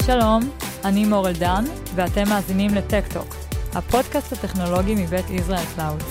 שלום, אני מור אלדן, ואתם מאזינים לטק-טוק, הפודקאסט הטכנולוגי מבית ישראל קלאוד.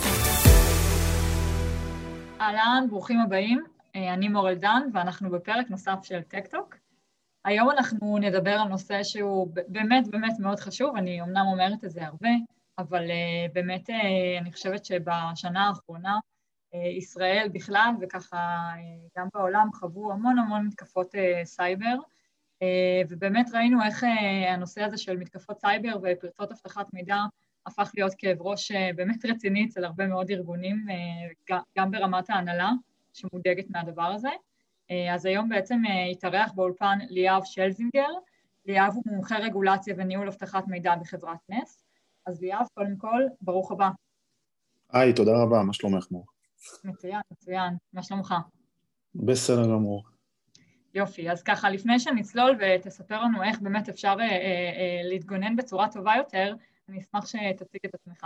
אהלן, ברוכים הבאים, אני מור אלדן, ואנחנו בפרק נוסף של טק-טוק. היום אנחנו נדבר על נושא שהוא באמת מאוד חשוב, אני אומנם אומרת את זה הרבה, אבל באמת אני חושבת שבשנה האחרונה, ישראל בכלל וככה גם בעולם חוו המון מתקפות סייבר, ובאמת ראינו איך הנושא הזה של מתקפות סייבר ופרצות אבטחת מידע הפך להיות כאב ראש באמת רציני אצל הרבה מאוד ארגונים, גם ברמת ההנהלה שמודאגת מהדבר הזה. אז היום בעצם התארח באולפן ליאב שלזינגר. ליאב הוא מומחה רגולציה וניהול אבטחת מידע בחברת נס. אז ליאב, קודם כל, ברוך הבא. היי, תודה רבה, מה שלומך מור? מצוין, מה שלומך? בסדר גמור. יופי, אז ככה, לפני שנצלול ותספר לנו איך באמת אפשר להתגונן בצורה טובה יותר, אני אשמח שתציג את עצמך.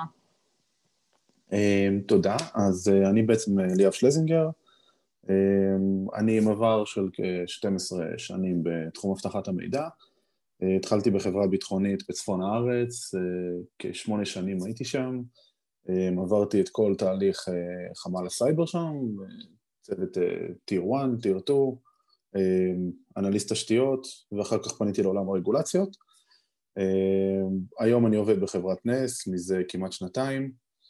תודה, אז אני בעצם ליאב שלזינגר, אני עם עבר של כ-12 שנים בתחום אבטחת המידע, התחלתי בחברה ביטחונית בצפון הארץ, כ8 שנים הייתי שם, עברתי את כל תהליך חמ"ל הסייבר שם, צוות טיר 1, טיר 2, אנליסט תשתיות, ואחר כך פניתי לעולם הרגולציות. היום אני עובד בחברת נס, מזה כמעט 2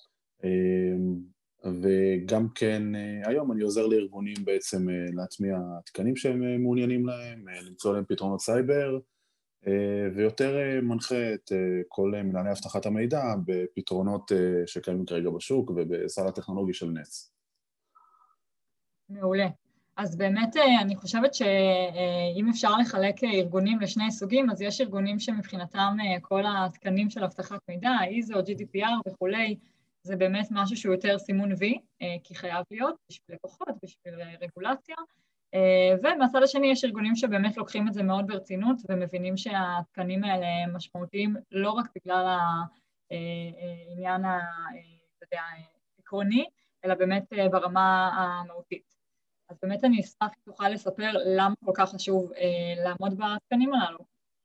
וגם כן היום אני עוזר לארגונים בעצם להטמיע תקנים שהם מעוניינים להם, למצוא להם פתרונות סייבר, ויותר מנחה את כל מנהלי אבטחת המידע בפתרונות שקיימים כרגע בשוק ובסל הטכנולוגי של נס. מעולה. אז באמת אני חושבת שאם אפשר לחלק ארגונים לשני סוגים, אז יש ארגונים שמבחינתם כל התקנים של אבטחת מידע, ISO, GDPR וכולי, זה באמת משהו שהוא יותר סימון וי, כי חייב להיות בשביל לקוחות, בשביל רגולציה, ומהצד השני יש ארגונים שבאמת לוקחים את זה מאוד ברצינות, ומבינים שהתקנים האלה הם משמעותיים לא רק בגלל העניין העקרוני, אלא באמת ברמה המהותית. אז באמת אני אשמח שתוכל לספר למה כל כך חשוב לעמוד בתקנים הללו.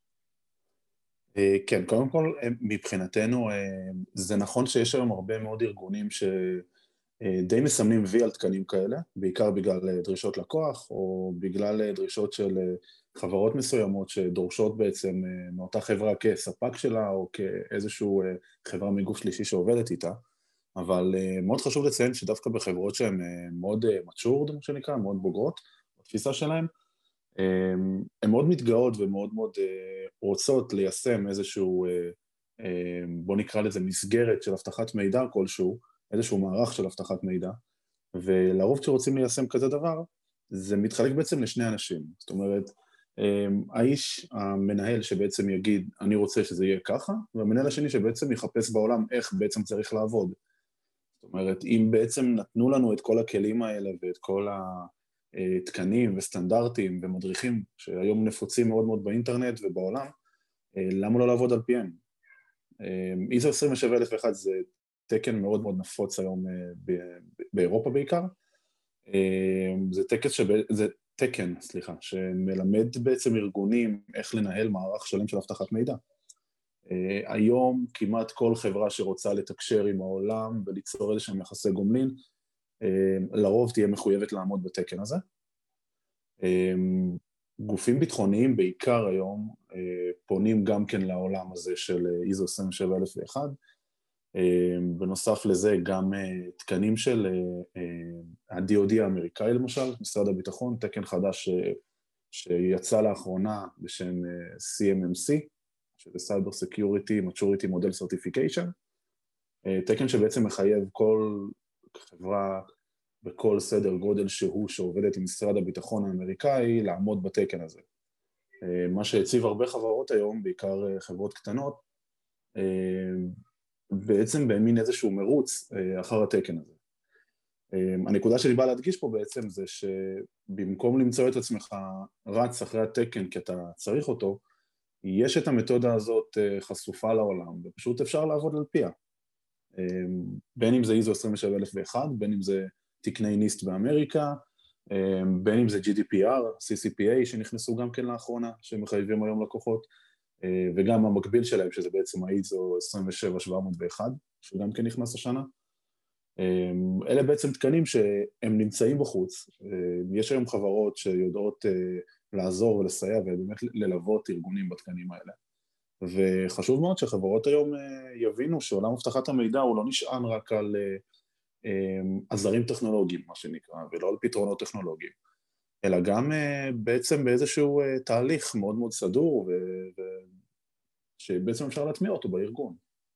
כן, קודם כל, מבחינתנו, זה נכון שיש היום הרבה מאוד ארגונים שדי מסמנים וי על תקנים כאלה, בעיקר בגלל דרישות לקוח, או בגלל דרישות של חברות מסוימות שדורשות בעצם מאותה חברה כספק שלה, או כאיזשהו חברה מגוף שלישי שעובדת איתה, אבל מאוד חשוב לציין שדווקא בחברות שהן מאוד matured, מה שנקרא, מאוד בוגרות, בתפיסה שלהן, הן מאוד מתגאות ומאוד רוצות ליישם איזשהו, בוא נקרא לזה מסגרת של אבטחת מידע כלשהו, איזשהו מערך של אבטחת מידע, ולרוב כשרוצים ליישם כזה דבר, זה מתחלק בעצם לשני אנשים. זאת אומרת, האיש המנהל שבעצם יגיד, אני רוצה שזה יהיה ככה, והמנהל השני שבעצם יחפש בעולם איך בעצם צריך לעבוד. זאת אומרת, אם בעצם נתנו לנו את כל הכלים האלה ואת כל תקנים וסטנדרטים ומדריכים שהיום נפוצים מאוד באינטרנט ובעולם, למה לא לעבוד על פיהם? ISO 27001 זה תקן מאוד נפוץ היום באירופה בעיקר. זה תקן, שמלמד בעצם ארגונים איך לנהל מערך שלם של אבטחת מידע. היום כמעט כל חברה שרוצה לתקשר עם העולם וליצור איזשהם יחסי גומלין, לרוב תהיה מחויבת לעמוד בתקן הזה. גופים ביטחוניים בעיקר היום פונים גם כן לעולם הזה של ISO 27001, בנוסף לזה גם תקנים של ה-DOD האמריקאי למשל, משרד הביטחון, תקן חדש שיצא לאחרונה בשם CMMC, שזה Cyber Security Maturity Model Certification, תקן שבעצם מחייב כל חברה בכל סדר גודל שעובדת עם משרד הביטחון האמריקאי לעמוד בתקן הזה. מה שהציב הרבה חברות היום, בעיקר חברות קטנות, בעצם במין איזשהו מרוץ אחר התקן הזה. הנקודה שאני בא להדגיש פה בעצם זה שבמקום למצוא את עצמך רץ אחרי התקן כי אתה צריך אותו, יש את המתודה הזאת חשופה לעולם, ופשוט אפשר לעבוד על פיה. בין אם זה ISO 27001, בין אם זה תקני ניסט באמריקה, בין אם זה GDPR, CCPA שנכנסו גם כן לאחרונה, שמחייבים היום לקוחות, וגם המקביל שלהם, שזה בעצם ה-ISO 27701, שגם כן נכנס השנה. אלה בעצם תקנים שהם נמצאים בחוץ. יש היום חברות שיודעות לעזור ולסייע ובאמת ללוות ארגונים בתקנים האלה. וחשוב מאוד שחברות היום יבינו שעולם אבטחת המידע הוא לא נשען רק על עזרים טכנולוגיים, מה שנקרא, ולא על פתרונות טכנולוגיים, אלא גם בעצם באיזשהו תהליך מאוד מאוד סדור, שבעצם אפשר להטמיע אותו בארגון.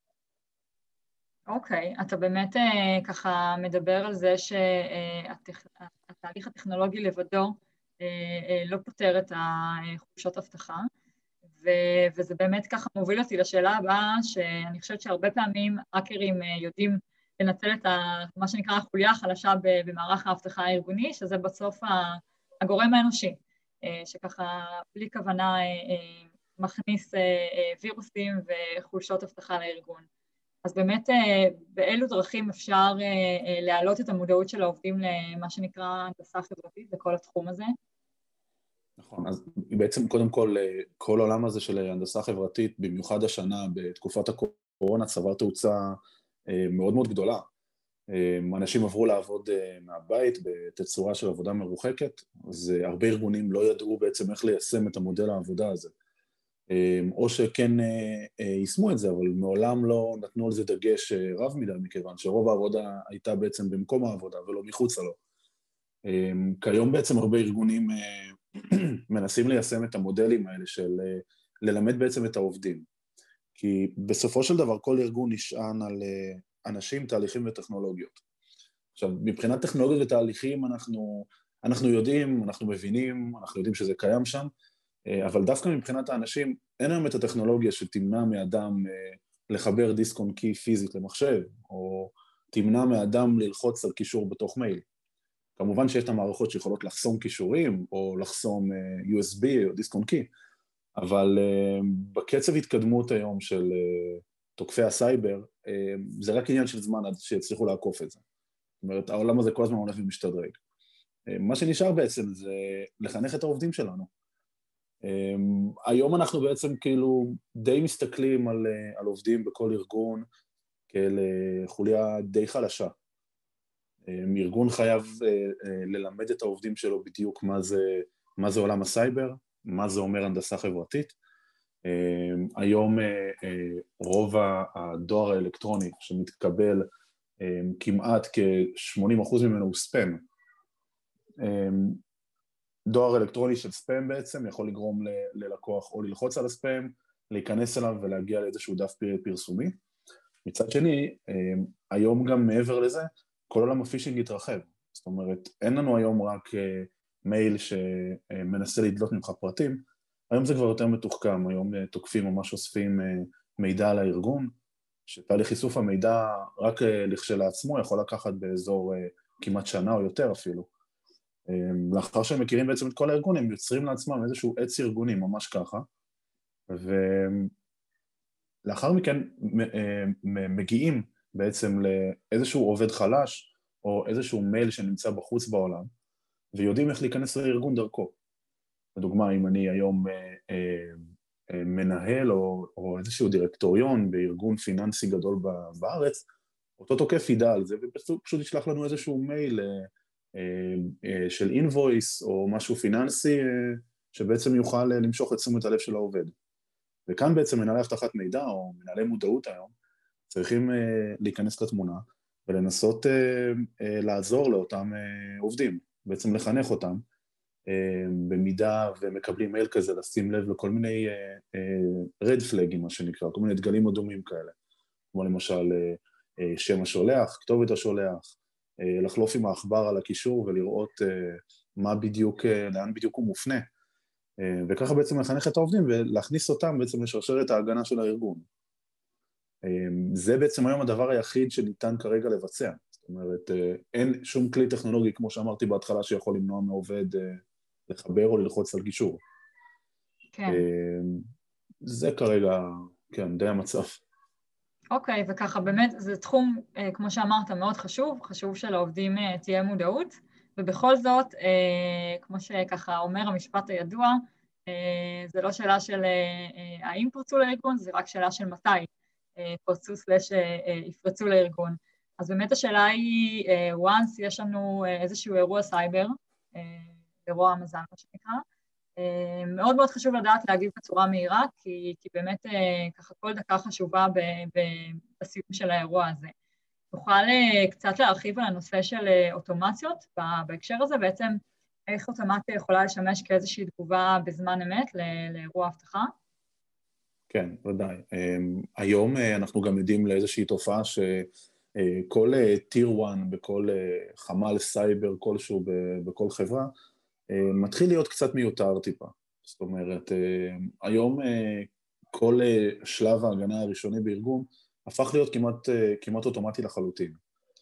אוקיי, אתה באמת ככה מדבר על זה שהתהליך הטכנולוגי לבדו לא פותר את חולשות אבטחה, וזה באמת ככה מוביל אותי לשאלה הבאה, שאני חושבת שהרבה פעמים האקרים יודעים לנצל את מה שנקרא החוליה החלשה במערך האבטחה הארגוני, שזה בסוף הגורם האנושי, שככה בלי כוונה מכניס וירוסים וחולשות אבטחה לארגון. אז באמת באילו דרכים אפשר להעלות את המודעות של העובדים למה שנקרא הנדסה חברתית בכל התחום הזה? נכון, אז בעצם קודם כל העולם הזה של הנדסה חברתית, במיוחד השנה בתקופת הקורונה, צבר תאוצה מאוד מאוד גדולה. אנשים עברו לעבוד מהבית בתצורה של עבודה מרוחקת, אז הרבה ארגונים לא ידעו בעצם איך ליישם את המודל העבודה הזה. או שכן יישמו את זה, אבל מעולם לא נתנו על זה דגש רב מדי, מכיוון שרוב העבודה הייתה בעצם במקום העבודה ולא מחוצה לו. כיום בעצם הרבה ארגונים מנסים ליישם את המודלים האלה של ללמד בעצם את העובדים. כי בסופו של דבר כל ארגון נשען על אנשים, תהליכים וטכנולוגיות. עכשיו, מבחינת טכנולוגיות ותהליכים אנחנו יודעים, אנחנו מבינים, אנחנו יודעים שזה קיים שם, אבל דווקא מבחינת האנשים אין היום את הטכנולוגיה שתמנע מאדם לחבר דיסק און קי פיזית למחשב, או תמנע מאדם ללחוץ על קישור בתוך מייל. כמובן שיש את המערכות שיכולות לחסום קישורים, או לחסום USB או דיסק און קי, אבל בקצב התקדמות היום של תוקפי הסייבר, זה רק עניין של זמן עד שיצליחו לעקוף את זה. זאת אומרת, העולם הזה כל הזמן הולך ומשתדרג. מה שנשאר בעצם זה לחנך את העובדים שלנו. היום אנחנו בעצם כאילו די מסתכלים על עובדים בכל ארגון כאל חוליה די חלשה. ארגון חייב ללמד את העובדים שלו בדיוק מה זה עולם הסייבר, מה זה אומר הנדסה חברתית. היום רוב הדואר האלקטרוני שמתקבל, כמעט כ-80% ממנו הוא ספאם. דואר אלקטרוני של ספאם בעצם יכול לגרום ללקוח או ללחוץ על הספאם, להיכנס אליו ולהגיע לאיזשהו דף פרסומי. מצד שני, היום גם מעבר לזה, כל עולם הפישינג יתרחב. זאת אומרת, אין לנו היום רק מייל שמנסה לדלות ממך פרטים, היום זה כבר יותר מתוחכם, היום תוקפים ממש אוספים מידע על הארגון, שתהליך איסוף המידע רק לכשלעצמו יכול לקחת באזור כמעט שנה או יותר אפילו. לאחר שהם מכירים בעצם את כל הארגון, הם יוצרים לעצמם איזשהו עץ ארגוני, ממש ככה, ולאחר מכן מגיעים בעצם לאיזשהו עובד חלש, או איזשהו מייל שנמצא בחוץ בעולם, ויודעים איך להיכנס לארגון דרכו. לדוגמה, אם אני היום מנהל או איזשהו דירקטוריון בארגון פיננסי גדול בארץ, אותו תוקף ידע על זה, ופשוט ישלח לנו איזשהו מייל של אינבויס או משהו פיננסי, שבעצם יוכל למשוך את תשומת הלב של העובד. וכאן בעצם מנהלי אבטחת מידע או מנהלי מודעות היום, צריכים להיכנס לתמונה ולנסות לעזור לאותם עובדים, בעצם לחנך אותם, במידה ומקבלים מייל כזה, לשים לב לכל מיני רד פלגים, מה שנקרא, כל מיני דגלים אדומים כאלה, כמו למשל שם השולח, כתובת השולח, לחלוף עם העכבר על הקישור ולראות לאן בדיוק הוא מופנה, וככה בעצם לחנך את העובדים ולהכניס אותם בעצם לשרשרת ההגנה של הארגון. זה בעצם היום הדבר היחיד שניתן כרגע לבצע. זאת אומרת, אין שום כלי טכנולוגי, כמו שאמרתי בהתחלה, שיכול למנוע מעובד לחבר או ללחוץ על גישור. כן. זה כרגע, כן, די המצב. אוקיי, וככה באמת זה תחום, כמו שאמרת, מאוד חשוב שלעובדים תהיה מודעות, ובכל זאת, כמו שככה אומר המשפט הידוע, זה לא שאלה של האם פרצו לארגון, זה רק שאלה של מתי פרצו סלש יפרצו לארגון. אז באמת השאלה היא, once יש לנו איזשהו אירוע סייבר, אירוע מזל מה שנקרא, מאוד מאוד חשוב לדעת להגיב בצורה מהירה, כי באמת ככה כל דקה חשובה בסיום של האירוע הזה. תוכל קצת להרחיב על הנושא של אוטומציות בהקשר הזה, בעצם איך אוטומציה יכולה לשמש כאיזושהי תגובה בזמן אמת לאירוע אבטחה? כן, ודאי. היום אנחנו גם יודעים לאיזושהי תופעה שכל טיר 1 בכל חמ"ל סייבר כלשהו בכל חברה, מתחיל להיות קצת מיותר טיפה. זאת אומרת, היום כל שלב ההגנה הראשוני בארגון הפך להיות כמעט אוטומטי לחלוטין.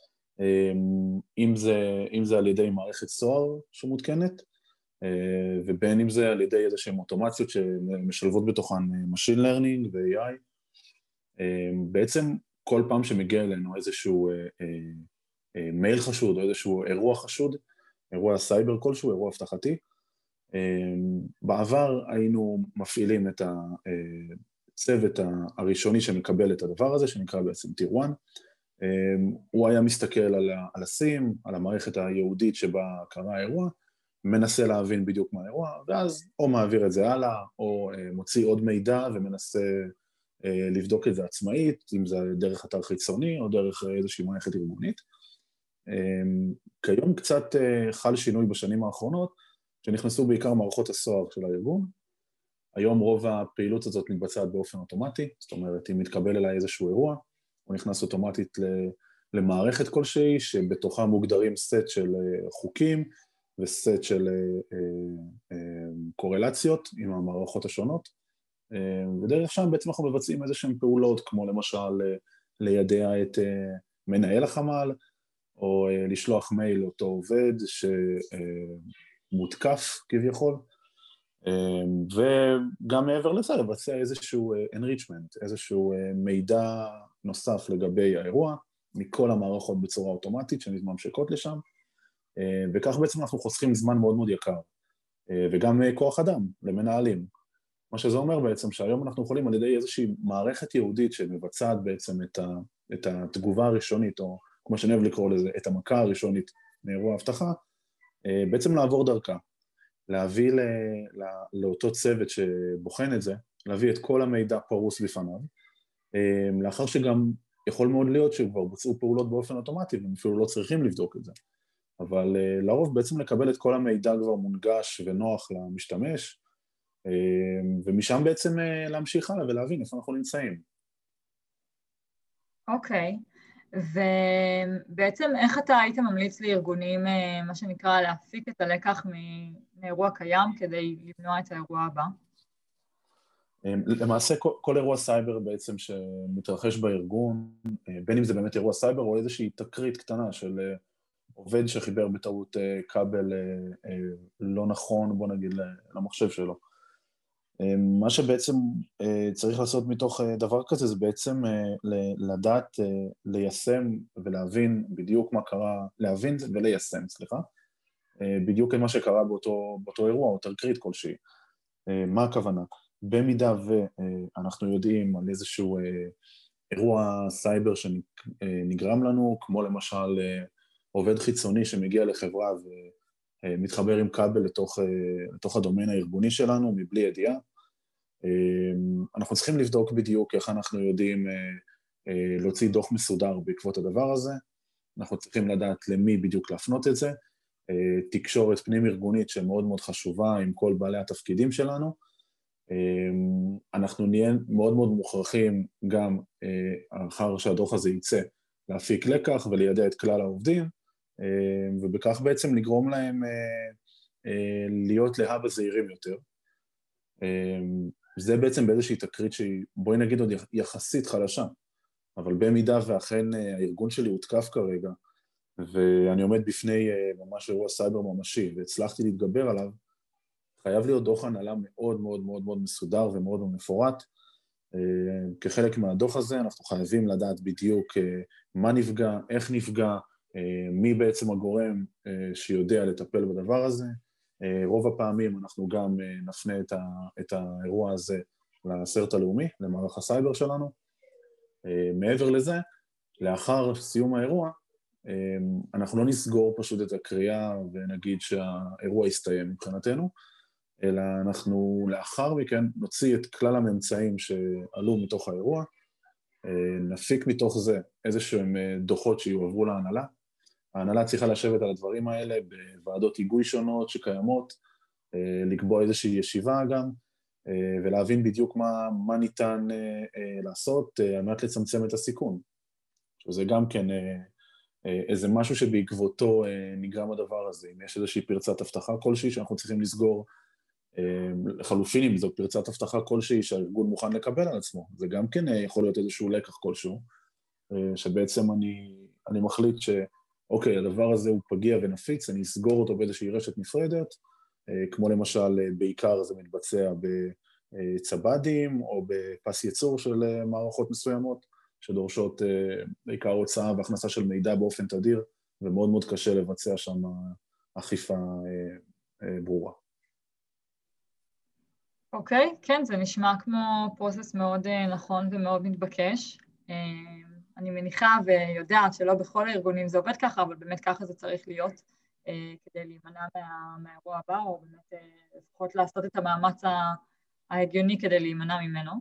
אם זה על ידי מערכת סוהר שמותקנת, ובין אם זה על ידי איזשהם אוטומציות שמשלבות בתוכן Machine Learning ו-AI. בעצם כל פעם שמגיע אלינו איזשהו מייל חשוד או איזשהו אירוע חשוד, אירוע סייבר כלשהו, אירוע אבטחתי, בעבר היינו מפעילים את הצוות הראשוני שמקבל את הדבר הזה, שנקרא בעצם טיר 1, הוא היה מסתכל על הסים, על המערכת היהודית שבה קרה האירוע, מנסה להבין בדיוק מה האירוע, ואז או מעביר את זה הלאה, או מוציא עוד מידע ומנסה לבדוק את זה עצמאית, אם זה דרך אתר חיצוני או דרך איזושהי מערכת ארגונית. כיום קצת חל שינוי בשנים האחרונות, שנכנסו בעיקר מערכות הסוהר של הארגון. היום רוב הפעילות הזאת מתבצעת באופן אוטומטי, זאת אומרת, אם מתקבל אליי איזשהו אירוע, הוא נכנס אוטומטית למערכת כלשהי, שבתוכה מוגדרים סט של חוקים, וסט של קורלציות עם המערכות השונות, ודרך שם בעצם אנחנו מבצעים איזשהם פעולות, כמו למשל ליידע את מנהל החמ"ל, או לשלוח מייל לאותו עובד שמותקף כביכול, וגם מעבר לזה לבצע איזשהו enrichment, איזשהו מידע נוסף לגבי האירוע, מכל המערכות בצורה אוטומטית שמתממשקות לשם, וכך בעצם אנחנו חוסכים זמן מאוד מאוד יקר, וגם כוח אדם למנהלים. מה שזה אומר בעצם שהיום אנחנו יכולים על ידי איזושהי מערכת יהודית שמבצעת בעצם את התגובה הראשונית, או כמו שאני אוהב לקרוא לזה, את המכה הראשונית מאירוע אבטחה, בעצם לעבור דרכה, להביא לאותו צוות שבוחן את זה, להביא את כל המידע פרוס בפניו, לאחר שגם יכול מאוד להיות שכבר בוצעו פעולות באופן אוטומטי, והם אפילו לא צריכים לבדוק את זה. אבל לרוב בעצם לקבל את כל המידע כבר מונגש ונוח למשתמש, ומשם בעצם להמשיך הלאה ולהבין איפה אנחנו נמצאים. אוקיי, ובעצם איך אתה היית ממליץ לארגונים, מה שנקרא, להפיק את הלקח מאירוע קיים כדי למנוע את האירוע הבא? למעשה כל אירוע סייבר בעצם שמתרחש בארגון, בין אם זה באמת אירוע סייבר או איזושהי תקרית קטנה של עובד שחיבר בטעות כבל לא נכון, בוא נגיד, למחשב שלו. מה שבעצם צריך לעשות מתוך דבר כזה, זה בעצם לדעת ליישם ולהבין בדיוק מה קרה, להבין וליישם, סליחה, בדיוק מה שקרה באותו אירוע או תקרית כלשהי. מה הכוונה? במידה ואנחנו יודעים על איזשהו אירוע סייבר שנגרם לנו, כמו למשל עובד חיצוני שמגיע לחברה ומתחבר עם כבל לתוך הדומיין הארגוני שלנו, מבלי ידיעה. אנחנו צריכים לבדוק בדיוק איך אנחנו יודעים להוציא דוח מסודר בעקבות הדבר הזה. אנחנו צריכים לדעת למי בדיוק להפנות את זה. תקשורת פנים ארגונית שמאוד מאוד חשובה עם כל בעלי התפקידים שלנו. אנחנו נהיה מאוד מאוד מוכרחים גם אחר שהדוח הזה יצא להפיק לקח וליידע את כלל העובדים, ובכך בעצם לגרום להם להיות להבא זהירים יותר. זה בעצם באיזושהי תקרית שהיא, בואי נגיד עוד יחסית חלשה, אבל במידה ואכן הארגון שלי הותקף כרגע, ואני עומד בפני ממש אירוע סייבר ממשי, והצלחתי להתגבר עליו, חייב להיות דוח הנהלה מאוד מאוד מאוד מאוד מסודר ומאוד מאוד מפורט. כחלק מהדוח הזה אנחנו חייבים לדעת בדיוק מה נפגע, איך נפגע, מי בעצם הגורם שיודע לטפל בדבר הזה, רוב הפעמים אנחנו גם נפנה את האירוע הזה לסרט הלאומי, למערך הסייבר שלנו. מעבר לזה, לאחר סיום האירוע, אנחנו לא נסגור פשוט את הקריאה ונגיד שהאירוע יסתיים מבחינתנו, אלא אנחנו לאחר מכן נוציא את כלל הממצאים שעלו מתוך האירוע, נפיק מתוך זה איזשהם דוחות שיועברו להנהלה. ההנהלה צריכה לשבת על הדברים האלה בוועדות היגוי שונות שקיימות, לקבוע איזושהי ישיבה גם, ולהבין בדיוק מה ניתן לעשות על מנת לצמצם את הסיכון. שזה גם כן איזה משהו שבעקבותו נגרם הדבר הזה. אם יש איזושהי פרצת הבטחה כלשהי שאנחנו צריכים לסגור, לחלופין אם זו פרצת הבטחה כלשהי שהארגון מוכן לקבל על עצמו. זה גם כן יכול להיות איזשהו לקח כלשהו, שבעצם אני מחליט שאוקיי, הדבר הזה הוא פגיע ונפיץ, אני אסגור אותו באיזושהי רשת נפרדת, כמו למשל בעיקר זה מתבצע בצבדים או בפס ייצור של מערכות מסוימות, שדורשות בעיקר הוצאה והכנסה של מידע באופן תדיר, ומאוד מאוד קשה לבצע שם אכיפה ברורה. אוקיי, כן, זה נשמע כמו פרוסס מאוד נכון ומאוד מתבקש. אני מניחה ויודעת שלא בכל הארגונים זה עובד ככה, אבל באמת ככה זה צריך להיות כדי להימנע מהאירוע הבא, או באמת לפחות לעשות את המאמץ ההגיוני כדי להימנע ממנו.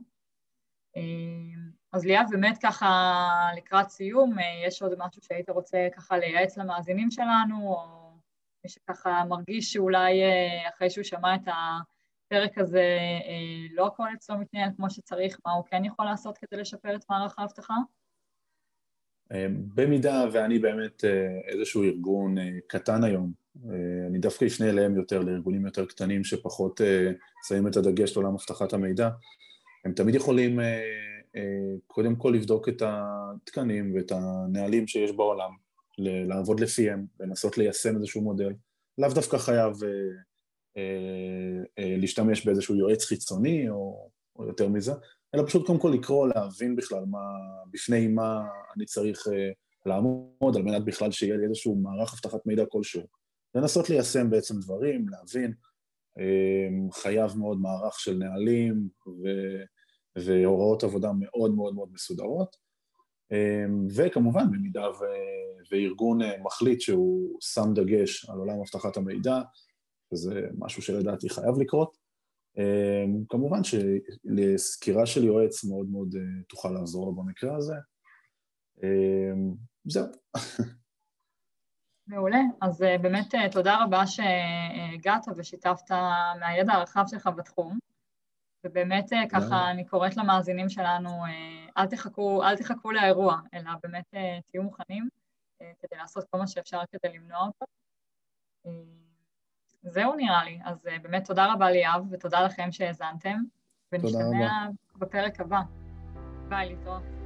אז ליאב, באמת ככה לקראת סיום, יש עוד משהו שהיית רוצה ככה לייעץ למאזינים שלנו, או מי שככה מרגיש שאולי אחרי שהוא שמע את הפרק הזה לא הכל אצלו מתנהל כמו שצריך, מה הוא כן יכול לעשות כדי לשפר את מערך האבטחה? במידה ואני באמת איזשהו ארגון קטן היום, אני דווקא אפנה אליהם יותר, לארגונים יותר קטנים שפחות שמים את הדגש לעולם אבטחת המידע, הם תמיד יכולים קודם כל לבדוק את התקנים ואת הנהלים שיש בעולם, לעבוד לפיהם, לנסות ליישם איזשהו מודל, לאו דווקא חייב להשתמש באיזשהו יועץ חיצוני או יותר מזה, אלא פשוט קודם כל לקרוא, להבין בכלל בפני מה אני צריך לעמוד, על מנת בכלל שיהיה לי איזשהו מערך אבטחת מידע כלשהו. לנסות ליישם בעצם דברים, להבין, חייב מאוד מערך של נהלים והוראות עבודה מאוד מאוד מאוד מסודרות, וכמובן במידה וארגון מחליט שהוא שם דגש על עולם אבטחת המידע, וזה משהו שלדעתי חייב לקרות, כמובן שלסקירה של יועץ מאוד מאוד תוכל לעזור לו במקרה הזה. זהו. מעולה, אז באמת תודה רבה שהגעת ושיתפת מהידע הרחב שלך בתחום, ובאמת ככה אני קוראת למאזינים שלנו, אל תחכו לאירוע, אלא באמת תהיו מוכנים כדי לעשות כל מה שאפשר כדי למנוע אותו. זהו נראה לי, אז באמת תודה רבה ליאב, ותודה לכם שהאזנתם, ונשתמע בפרק הבא. ביי, להתראות.